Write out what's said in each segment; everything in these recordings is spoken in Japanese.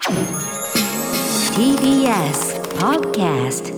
TBS Podcast。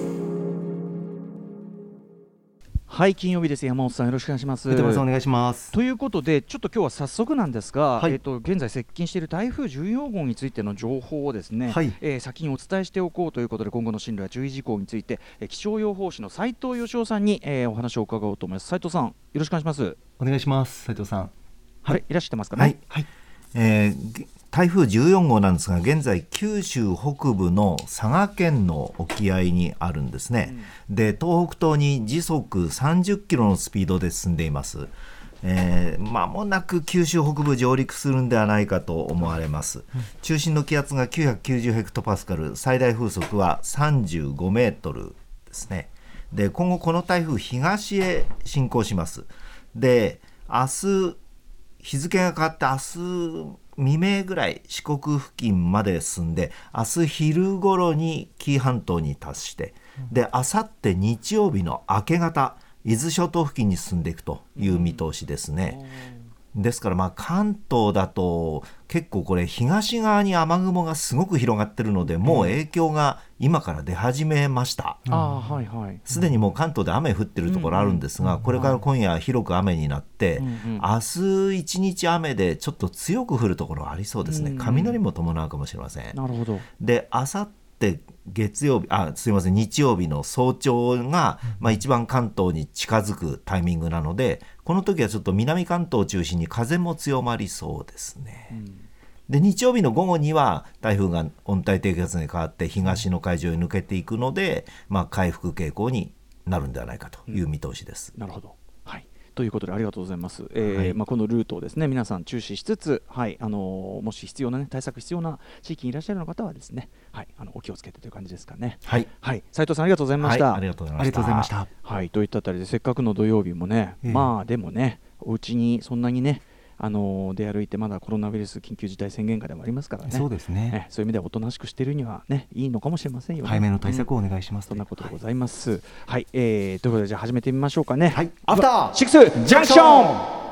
はい、金曜日です。山本さんよろしくお願いします。 お願いします。 ということでちょっと今日は早速なんですが、 はい、 現在接近している台風14号についての情報をですね、 はい、 先にお伝えしておこうということで、今後の進路や注意事項について、気象予報士の斉藤義雄さんに、お話を伺おうと思います。斉藤さんよろしくお願いします。 お願いします。斉藤さん、 はい、いらっしゃってますかね。 はい、台風14号なんですが、現在九州北部の佐賀県の沖合にあるんですね、で東北東に時速30キロのスピードで進んでいます。間もなく九州北部上陸するんではないかと思われます。中心の気圧が990ヘクトパスカル、最大風速は35メートルですね。で今後この台風東へ進行します。で明日日付が変わって明日未明ぐらい四国付近まで進んで、明日昼頃に紀伊半島に達して、で明後日日曜日の明け方伊豆諸島付近に進んでいくという見通しですね。ですから関東だと結構これ東側に雨雲がすごく広がってるので、もう影響が今から出始めました。すでにもう関東で雨降ってるところあるんですが、これから今夜広く雨になって、明日一日雨でちょっと強く降るところありそうですね。雷も伴うかもしれません。 なるほど。 で明後日日曜日の早朝が、一番関東に近づくタイミングなので、この時はちょっと南関東を中心に風も強まりそうですね。で日曜日の午後には台風が温帯低気圧に変わって東の海上に抜けていくので、回復傾向になるんではないかという見通しです。 なるほど。ということでありがとうございます。このルートをですね皆さん注視しつつ、もし必要な、対策必要な地域にいらっしゃる方はですね、お気をつけてという感じですかね。斉藤さんありがとうございました。 ありがとうございました。 といったあたりでせっかくの土曜日もね、でもねお家にそんなにね出歩いて、まだコロナウイルス緊急事態宣言下でもありますからね。 そうですね。 そういう意味ではおとなしくしているにはねいいのかもしれませんよね。 早めの対策をお願いします。 そんなことでございます。ということでじゃあ始めてみましょうかね。 アフターシックスジャンクション。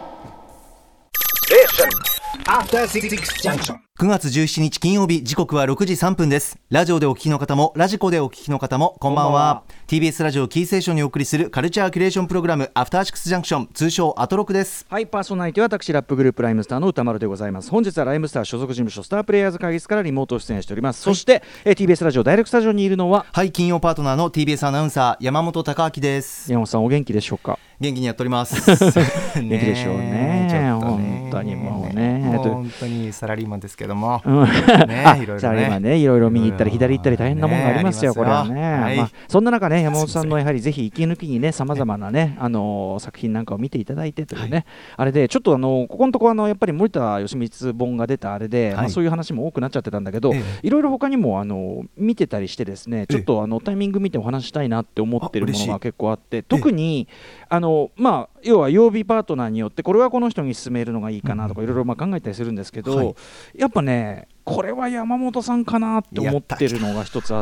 9月17日金曜日、時刻は6時3分です。ラジオでお聞きの方もラジコでお聞きの方もこんばんは。 TBS ラジオキーステーションにお送りするカルチャーキュレーションプログラム、アフターシックスジャンクション、通称アトロクです。 パーソナリティは私ラップグループライムスターの歌丸でございます。本日はライムスター所属事務所スタープレイヤーズ会議室からリモート出演しております。そして、TBS ラジオダイレクトスタジオにいるのは金曜パートナーの TBS アナウンサー山本貴明です。 山本さんお元気でしょうか。 元気にやっております元気でしょうね。本当にもうね、 本当にサラリーマンですけども、 サラリーマンね、いろいろ見に行ったり左行ったり大変なものがありますよ、これはね。そんな中ね、山本さんのやはりぜひ息抜きにね、さまざまなね作品なんかを見ていただいてというね、あれでちょっとここのところやっぱり森田義満本が出たあれで、そういう話も多くなっちゃってたんだけど、いろいろ他にも見てたりしてですね、ちょっとタイミング見てお話したいなって思ってるものが結構あって、特に要は曜日パートナーによってこれはこの人に勧めるのがいいかなとかいろいろ考えたりするんですけど、やっぱねこれは山本さんかなって思ってるのが一つあって、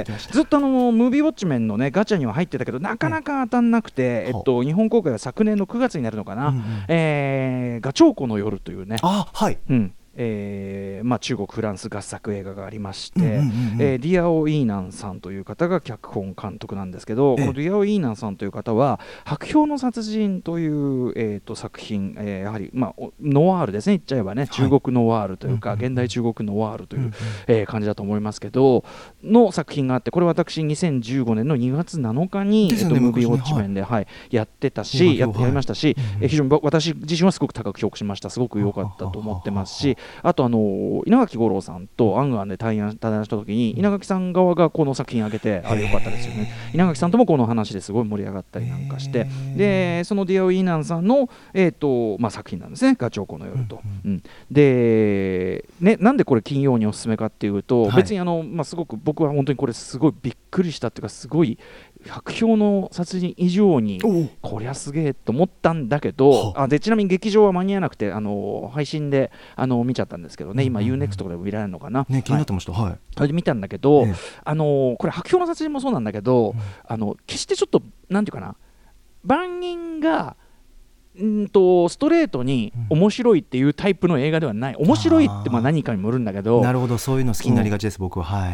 ずっとムービーウォッチメンのねガチャには入ってたけどなかなか当たんなくて、日本公開は昨年の9月になるのかな、ガチョウコの夜というね、中国フランス合作映画がありまして、ディアオ・イーナンさんという方が脚本監督なんですけど、このディアオ・イーナンさんという方は白氷の殺人という、作品、やはり、ノワールですね、言っちゃえばね、中国ノワールというか、現代中国ノワールという、感じだと思いますけどの作品があって、これ私2015年の2月7日に、ムービーウォッチメンで、やってたし、やりましたし、非常に私自身はすごく高く評価しました。すごく良かったと思ってますし、あと稲垣吾郎さんとアンガンで対談した時に稲垣さん側がこの作品を挙げて、あれ良かったですよね。稲垣さんともこの話ですごい盛り上がったりなんかして、でそのディアオ・イーナンさんの、作品なんですね、ガチョウコの夜と。で、なんでこれ金曜におすすめかっていうと、別にすごく僕は本当にこれすごいびっくりしたっていうか、すごい白氷の殺人以上にこりゃすげえと思ったんだけど、でちなみに劇場は間に合わなくて配信で見ちゃったんですけどね、今 UNEXT とかでも見られるのかな、 気になってました。 それで見たんだけど、これ白氷の殺人もそうなんだけど、決してちょっとなんていうかな、万人がストレートに面白いっていうタイプの映画ではない。面白いってまあ何かにもよるんだけど、 なるほど、そういうの好きになりがちです、僕は。はい、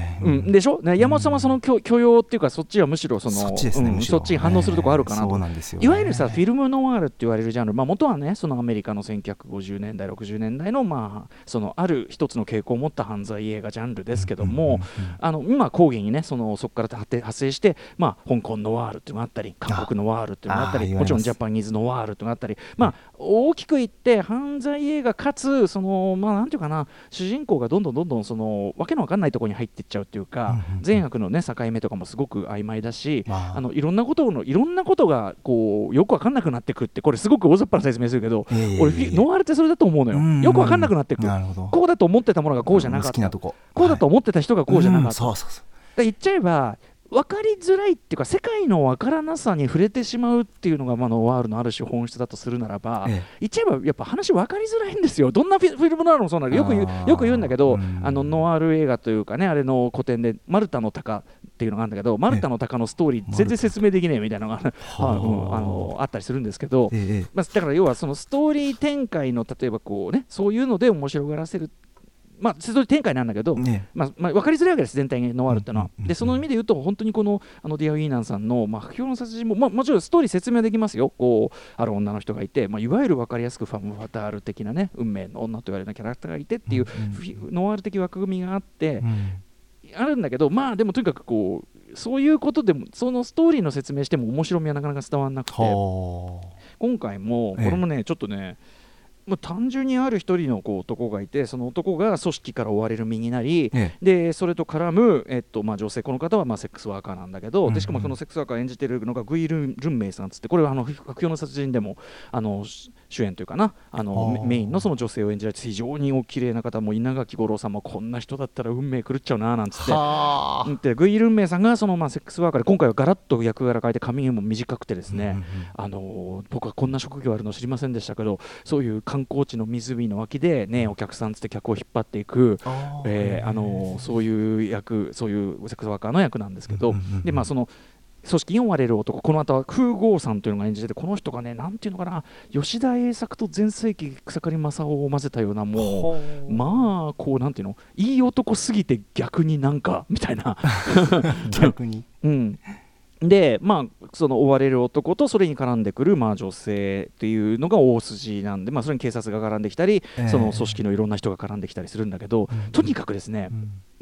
でしょ。山本さんはその許容っていうか、そっちはむしろそっちですね、そっちに反応するところあるかなと。 そうなんですよね。 いわゆるさフィルムノワールって言われるジャンル、元はねそのアメリカの1950年代60年代のそのある一つの傾向を持った犯罪映画ジャンルですけども、今講義にねそこから派生して、香港ノワールっていうのがあったり、韓国ノワールっていうのがあったり、もちろんジャパニーズノワールっていうのがあったり、大きく言って犯罪映画かつなんていうかな、主人公がどんどんそのわけのわかんないところに入っていっちゃうっていうか、善悪のね境目とかもすごく曖昧だし、いろんなことがこうよくわかんなくなってくって、これすごく大雑把な説明するけど、俺ノワールってそれだと思うのよ。よくわかんなくなってく。こうだと思ってたものがこうじゃなかった。こうだと思ってた人がこうじゃなかった。言っちゃえば分かりづらいっていうか、世界の分からなさに触れてしまうっていうのがノワールのある種本質だとするならば、言っちゃえばやっぱ話分かりづらいんですよ。どんなフィルムノワールもそうなる。よく言うんだけど、ノワール映画というかね、あれの古典でマルタの鷹っていうのがあるんだけど、マルタの鷹のストーリー全然説明できねえみたいなのがあったりするんですけど、だから要はそのストーリー展開の例えばこうね、そういうので面白がらせる、ストーリー展開なんだけど、分かりづらいわけです、全体にノワールってのは。でその意味で言うと本当にこのディア・ウィーナンさんの白氷の殺人も、もちろんストーリー説明できますよ。こうある女の人がいて、いわゆる分かりやすくファム・ファタール的なね、運命の女と言われるようなキャラクターがいてっていう、ノワール的枠組みがあって、あるんだけど、でもとにかくこうそういうことでもそのストーリーの説明しても面白みはなかなか伝わらなくて、今回もこれもね、ちょっとね、単純にある一人の男がいて、その男が組織から追われる身になり、でそれと絡む、女性、この方はセックスワーカーなんだけど、でしかもそのセックスワーカーを演じているのがグイ・ルンメイさんつって、これは白氷の殺人でも主演というかな、メインのその女性を演じられて非常にお綺麗な方、も稲垣吾郎さんもこんな人だったら運命狂っちゃうななんつって、グイ・ルンメイさんがそのセックスワーカーで、今回はガラッと役柄変えて髪も短くてですね、僕はこんな職業あるの知りませんでしたけど、そういう観光地の湖の脇でね、お客さんつって客を引っ張っていく、そういう役、そういうセックスワーカーの役なんですけど、でその組織に追われる男、この後は風郷さんというのが演じてて、この人がね、なんていうのかな、吉田栄作と全盛期草刈正雄を混ぜたような、もうこうなんていうの、いい男すぎて逆になんかみたいな逆にでその追われる男とそれに絡んでくる女性っていうのが大筋なんで、それに警察が絡んできたり、その組織のいろんな人が絡んできたりするんだけど、とにかくですね、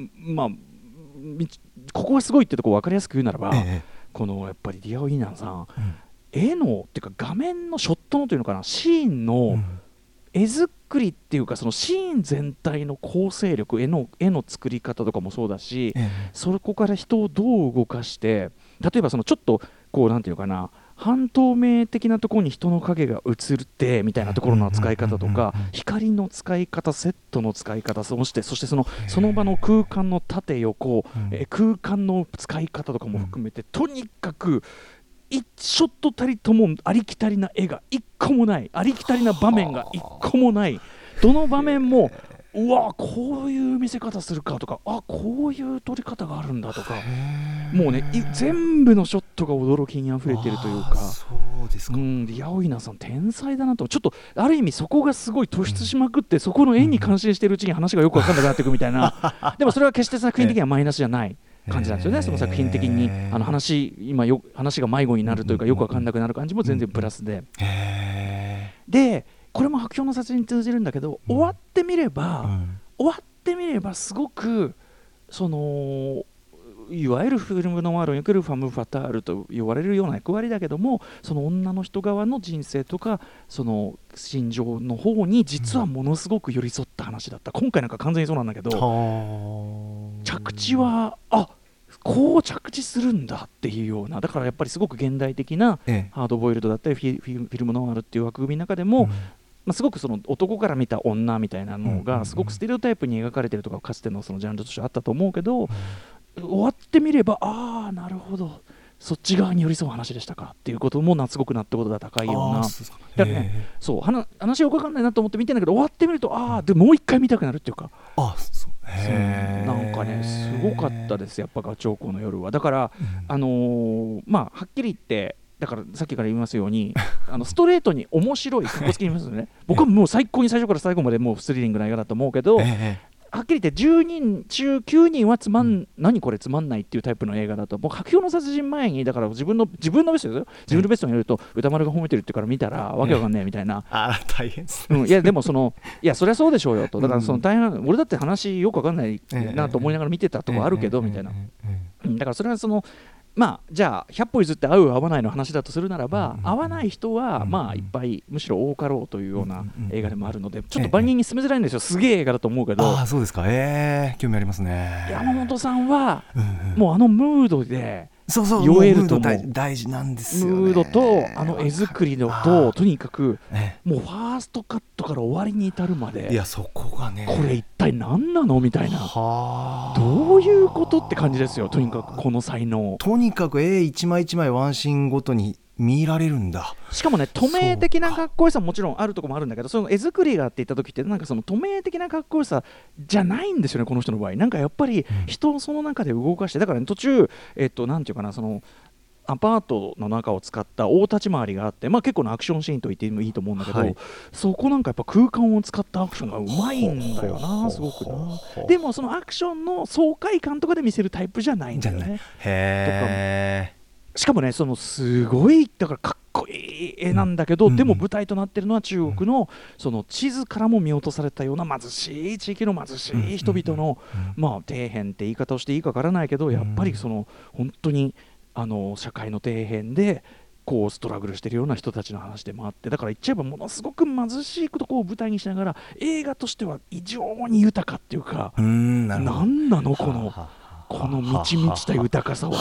ここがすごいってとこ分かりやすく言うならば、このやっぱりディア・ウィーナンさん、絵のっていうか画面のショットのというのかな、シーンの絵作りっていうか、そのシーン全体の構成力、絵の作り方とかもそうだし、そこから人をどう動かして、例えばそのちょっとこうなんていうのかな、半透明的なところに人の影が映ってみたいなところの使い方とか、光の使い方、セットの使い方、そしてその場の空間の縦横、空間の使い方とかも含めて、とにかく一ショットたりともありきたりな絵が一個もない、ありきたりな場面が一個もない、どの場面もうわこういう見せ方するかとか、こういう撮り方があるんだとか、もうね全部のショットが驚きにあふれているというか、 そうですか。 ディア・ウィーナーさん天才だなと、ちょっとある意味そこがすごい突出しまくって、そこの絵に感心しているうちに話がよく分かんなくなっていくみたいなでもそれは決して作品的にはマイナスじゃない感じなんですよね。その作品的に話が迷子になるというか、よく分かんなくなる感じも全然プラスで、でこれも白氷の殺人に通じるんだけど、終わってみればすごくそのいわゆるフィルムノワールに来るファム・ファタールと言われるような役割だけども、その女の人側の人生とかその心情の方に実はものすごく寄り添った話だった。今回なんか完全にそうなんだけど、着地はこう着地するんだっていうような、だからやっぱりすごく現代的なハードボイルドだったりフィルムノワールっていう枠組みの中でも、すごくその男から見た女みたいなのがすごくステレオタイプに描かれてるとか、かつてのそのジャンルとしてあったと思うけど、終わってみればなるほど、そっち側に寄り添う話でしたかっていうこともすごく納得度が高いような、だからね、そう話よく分かんないなと思って見てんだけど、終わってみるとでもう一回見たくなるっていうか、なんかねすごかったです、やっぱガチョウコの夜は。だから、はっきり言ってだからさっきから言いますようにストレートに面白いかっこつけ言いますよね。僕はもう最高に最初から最後までもうスリリングな映画だと思うけど、はっきり言って10人中9人は何これつまんないっていうタイプの映画だと、もう白氷の殺人前にだから自分のベストですよ、自分のベストにやると歌丸が褒めてるってから見たらわけわかんねえみたいな、 大変ですいやでもいやそりゃそうでしょうよと、だから大変俺だって話よくわかんないなと思いながら見てたとこあるけどみたいな、だからそれはまあじゃあ100歩譲って合う合わないの話だとするならば、合わない人はまあいっぱいむしろ多かろうというような映画でもあるので、ちょっと万人に勧めづらいんですよ。すげえ映画だと思うけど。 そうですか。興味ありますね。 山本さんはもうムードで酔えると思う。 大事なんですよね。 ムードと絵作りのととにかくもうファーストカットから終わりに至るまで、 いやそこがね、 これ一体何なのみたいな、どういうことって感じですよ。とにかくこの才能、 とにかく絵一枚一枚ワンシーンごとに見入られるんだ。 しかもね、透明的なかっこよさももちろんあるところもあるんだけど、その絵作りがって言った時ってなんかその透明的なかっこよさじゃないんですよね、この人の場合。なんかやっぱり人をその中で動かして、だから、ね、途中なんていうかな、アパートの中を使った大立ち回りがあって、まあ、結構なアクションシーンと言ってもいいと思うんだけど、そこなんかやっぱ空間を使ったアクションがうまいんだよな、すごくな。でもそのアクションの爽快感とかで見せるタイプじゃないんだよね。しかもね、すごいだからかっこいい絵なんだけど、でも舞台となってるのは中国のその地図からも見落とされたような貧しい地域の貧しい人々の、まあ底辺って言い方をしていいかわからないけど、やっぱり本当に社会の底辺でこうストラグルしてるような人たちの話でもあって、だから言っちゃえばものすごく貧しいところを舞台にしながら映画としては異常に豊かっていうか、なんなのこの満ち満ちた豊かさ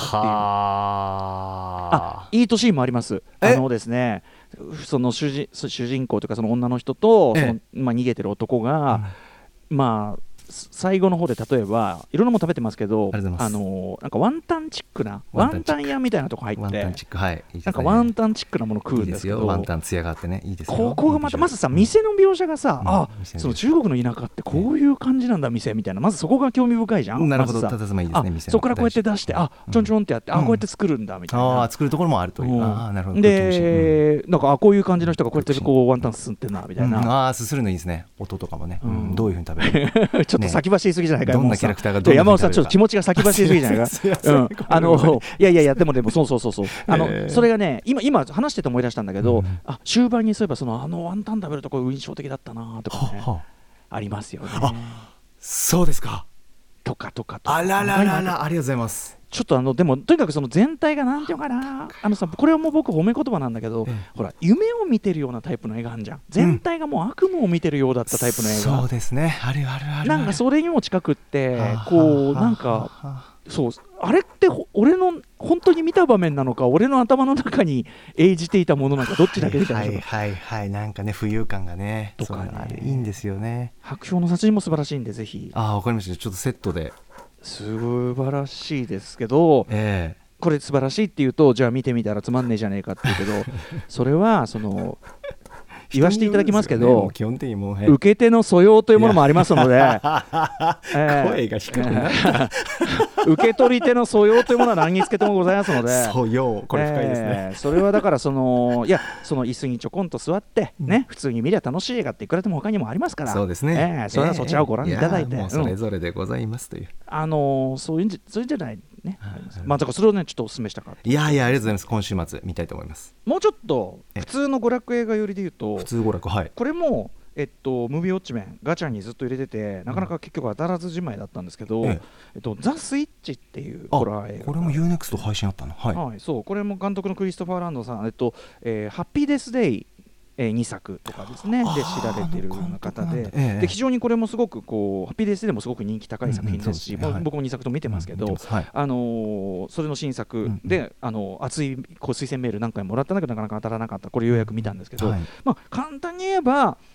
はっていう。いいシーンもあります。ですね、その主人公というかその女の人とまあ逃げてる男が、まあ最後の方で例えばいろんなもの食べてますけど、なんかワンタンチックなワンタン屋みたいなとこ入って、なんかワンタンチックなもの食うんですけど、 ワンタン艶があってね、いいですよ。 ここがまずさ、店の描写がさ、その中国の田舎ってこういう感じなんだ店みたいな、まずそこが興味深いじゃん。 なるほど、佇まいいですね。店そこからこうやって出して、ちょんちょんってやって、こうやって作るんだみたいな、 作るところもあるという。なるほど。 でなんかこういう感じの人がこうやってこうワンタン進んでんなみたいな。 すするのいいですね。音とかもね、どういうふうに食べるちょっと先走りすぎじゃないか。 どんなキャラクターがどんな山本さんちょっと気持ちが先走りすぎじゃないか。いやでもそうそれがね、今話してて思い出したんだけど、終盤にそういえばワンタン食べるとこ印象的だったなとかね、ありますよね。 そうですか。 とかあらららら、ありがとうございます。 ちょっとでもとにかくその全体がなんていうかな、これはもう僕褒め言葉なんだけど、ほら夢を見てるようなタイプの映画あるじゃん。全体がもう悪夢を見てるようだったタイプの映画、 そうですね、あるなんかそれにも近くって、こうなんかそうあれって俺の本当に見た場面なのか、俺の頭の中に映じていたものなのか、どっちだけでなんかね、浮遊感がねとかね、いいんですよね。 白氷の殺人も素晴らしいんで、ぜひ。 わかりました。ちょっとセットで素晴らしいですけど、これ素晴らしいっていうと、じゃあ見てみたらつまんねえじゃねえかっていうけどそれは言わせていただきますけど、 基本的にもう受け手の素養というものもありますので、 声が低くなった受け取り手の素養というものは何につけてもございますので、 素養、これ深いですね。 それはだからその椅子にちょこんと座ってね、普通に見りゃ楽しい映画っていくらでも他にもありますから、 そうですね。 それはそちらをご覧いただいて、 もうそれぞれでございますという、 そういうんじゃないね。だからそれをねちょっとお勧めしたかった。 いやありがとうございます。今週末見たいと思います。 もうちょっと普通の娯楽映画よりで言うと、 普通娯楽、 これもムービーウォッチメンガチャにずっと入れてて、なかなか結局当たらずじまいだったんですけど、ザ・スイッチっていうホラー映画、 これも UNEXT 配信あったの。 そうこれも監督のクリストファー・ランドさん、ハッピーデスデイ2作とかですねで知られているような方で、非常にこれもすごくこうハッピーデスデイでもすごく人気高い作品ですし、僕も2作とも見てますけど、それの新作で熱い推薦メール何回もらったんだけどなかなか当たらなかった。これようやく見たんですけど、簡単に言えば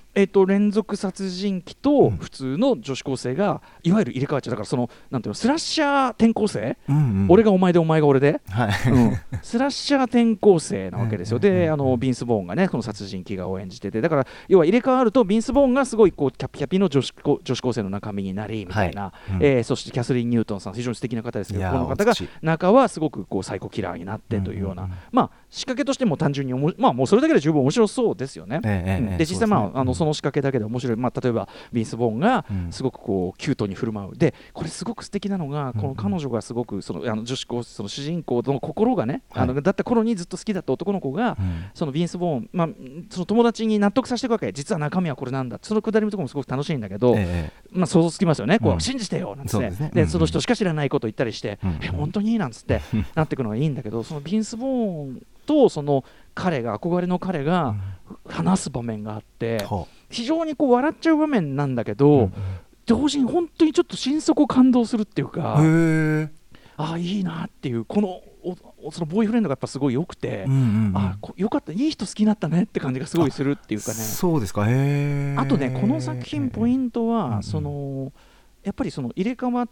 連続殺人鬼と普通の女子高生がいわゆる入れ替わっちゃう。だからそのなんていうのスラッシャー転校生、俺がお前でお前が俺で、スラッシャー転校生なわけですよ。でビンス・ボーンがねこの殺人鬼がを演じてて、だから要は入れ替わるとビンス・ボーンがすごいこうキャピキャピの女子高生の中身になりみたいな、そしてキャスリン・ニュートンさん非常に素敵な方ですけど、この方が中はすごくこうサイコキラーになってというような、仕掛けとしても単純にもうそれだけで十分面白そうですよね。で実際その仕掛けだけで面白い、例えばビンス・ボーンがすごくこうキュートに振る舞う。でこれすごく素敵なのが、この彼女がすごくその女子高その主人公の心がね、だった頃にずっと好きだった男の子が、そのビンス・ボーン、その友達に納得させていくわけ。実は中身はこれなんだ。そのくだりのところもすごく楽しいんだけど、想像つきますよね。こう信じてよなんつって、でその人しか知らないことを言ったりして、本当にいいなんつってなっていくのがいいんだけど、そのビンス・ボーンとその彼が憧れの彼が話す場面があって、非常にこう笑っちゃう場面なんだけど、同時に本当にちょっと心底感動するっていうか、いいなっていう、このそのボーイフレンドがやっぱすごい良くて、よかった、いい人好きになったねって感じがすごいするっていうかね。 そうですか。あとね、この作品ポイントは、やっぱりその入れ替わって、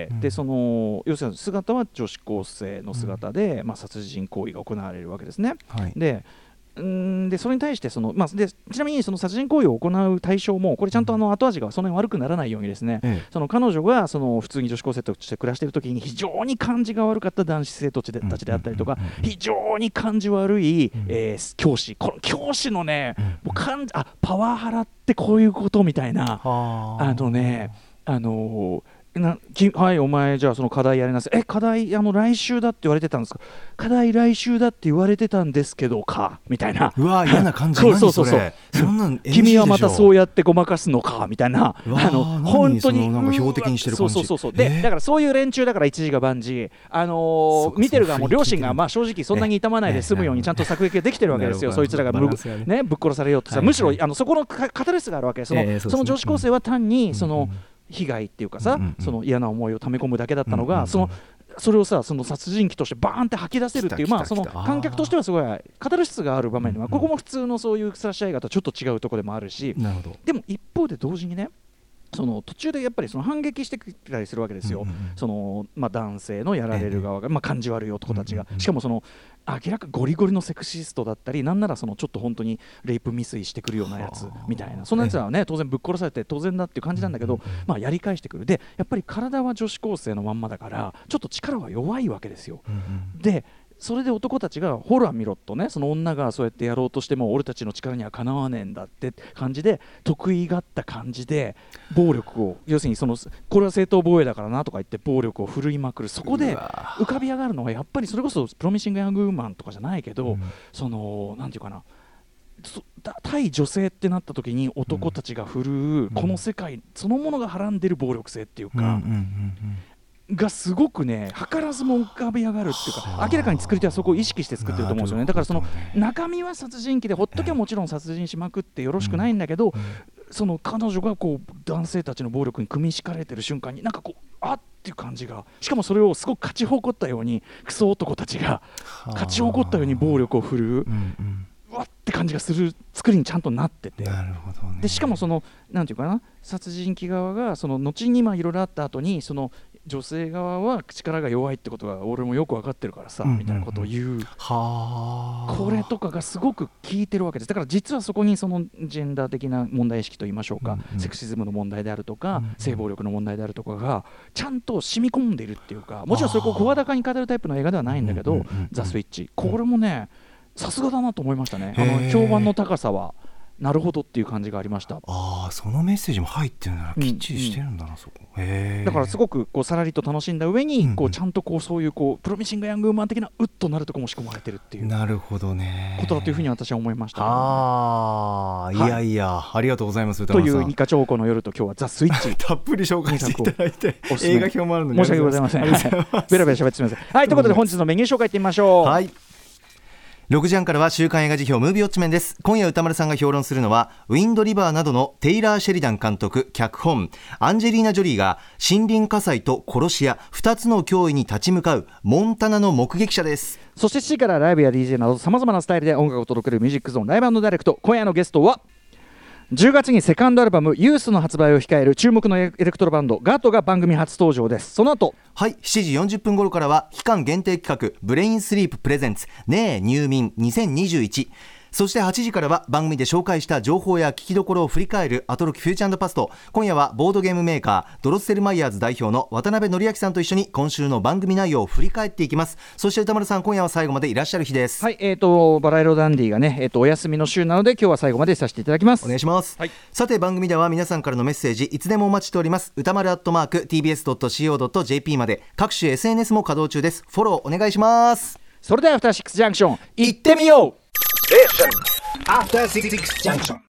でその要するに姿は女子高生の姿で、殺人行為が行われるわけですね。でそれに対してちなみにその殺人行為を行う対象もこれちゃんと後味がそんなに悪くならないようにですね、その彼女がその普通に女子高生として暮らしている時に非常に感じが悪かった男子生徒たちであったりとか、非常に感じ悪い、教師、この教師のね、もうパワハラってこういうことみたいな、はい、お前じゃあその課題やりなさい。課題来週だって言われてたんですか。課題来週だって言われてたんですけどかみたいな。 うわ嫌な感じ。 そうそんなん君はまたそうやってごまかすのかみたいな。本当になんか標的にしてる感じ。 でだからそういう連中だから一時が万事、見てる側も両親が正直そんなに痛まないで済むようにちゃんと作劇ができてるわけですよ。そいつらがぶっ殺されようとさ、むしろそこのカタルシスがあるわけ。その女子高生は単にその被害っていうかさ、その嫌な思いを溜め込むだけだったのが、それをさ、その殺人鬼としてバーンって吐き出せるっていう、その観客としてはすごいカタルシスがある場面では、ここも普通のそういうスラッシャー映画とちょっと違うところでもあるし、でも一方で同時にね、その途中でやっぱりその反撃してきたりするわけですよ。その男性のやられる側が、感じ悪い男たちが、しかもその明らかゴリゴリのセクシストだったり、なんならそのちょっと本当にレイプ未遂してくるようなやつみたいな、そんなやつはね当然ぶっ殺されて当然だっていう感じなんだけど、やり返してくる。でやっぱり体は女子高生のまんまだからちょっと力は弱いわけですよ。でそれで男たちがほら見ろとね、その女がそうやってやろうとしても俺たちの力にはかなわねえんだって感じで、得意がった感じで暴力を、要するにこれは正当防衛だからなとか言って暴力を振るいまくる。そこで浮かび上がるのはやっぱりそれこそプロミシング・ヤング・ウーマンとかじゃないけど、なんていうかな、対女性ってなった時に男たちが振るうこの世界そのものがはらんでる暴力性っていうか、がすごくね図らずも浮かび上がるっていうか、明らかに作り手はそこを意識して作ってると思うんですよね。だからその中身は殺人鬼でほっときゃもちろん殺人しまくってよろしくないんだけど、その彼女がこう男性たちの暴力に組み敷かれてる瞬間になんかこうっていう感じが、しかもそれをすごく勝ち誇ったようにクソ男たちが勝ち誇ったように暴力を振るうわって感じがする作りにちゃんとなってて、 なるほどね。 でしかもそのなんていうかな、殺人鬼側がその後にいろいろあった後にその女性側は力が弱いってことが俺もよく分かってるからさ、みたいなことを言う、これとかがすごく効いてるわけです。だから実はそこにそのジェンダー的な問題意識といいましょうか、セクシズムの問題であるとか、性暴力の問題であるとかがちゃんと染み込んでいるっていうか、もちろんそれを声高に語るタイプの映画ではないんだけど、ザ・スイッチこれもねさすがだなと思いましたね。評判の高さはなるほどっていう感じがありました。 そのメッセージも入ってるならきっちりしてるんだな、そこ。 だからすごくこうさらりと楽しんだ上にこうちゃんとこうそういうこうプロミシング・ヤング・ウーマン的なウッとなるところも仕込まれてるっていうなるほどねことだというふうに私は思いました、 いやいや、ありがとうございます。 という日課兆候の夜と今日はザ・スイッチたっぷり紹介していただいて映画表もあるのに申し訳ございません。ベラベラ喋ってすみません。はい、ということで本日のメニュー紹介いってみましょう。 はい、6時半からは週刊映画辞表ムービーウォッチメンです。今夜歌丸さんが評論するのはウィンドリバーなどのテイラー・シェリダン監督脚本、アンジェリーナ・ジョリーが森林火災と殺し屋2つの脅威に立ち向かうモンタナの目撃者です。 そして7時からライブや DJ などさまざまなスタイルで音楽を届けるミュージックゾーンライブ&ダイレクト。今夜のゲストは 10月にセカンドアルバムユースの発売を控える注目のエレクトロバンドガトが番組初登場です。その後はい、7時40分頃からは期間限定企画ブレインスリーププレゼンツねえ入眠2021、そして8時からは番組で紹介した情報や聞きどころを振り返るアトロクフューチャー&パスト。今夜はボードゲームメーカードロッセルマイヤーズ代表の渡辺則明さんと一緒に今週の番組内容を振り返っていきます。そして歌丸さん、今夜は最後までいらっしゃる日です。 はい、バラ色ダンディがね、お休みの週なので今日は最後までさせていただきます。 お願いします、はい、さて番組では皆さんからのメッセージいつでもお待ちしております。歌丸@tbs.co.jp まで各種 SNS も稼働中です。フォローお願いします。 それではアフターシックスジャンクション行ってみよう。 After 66 junction.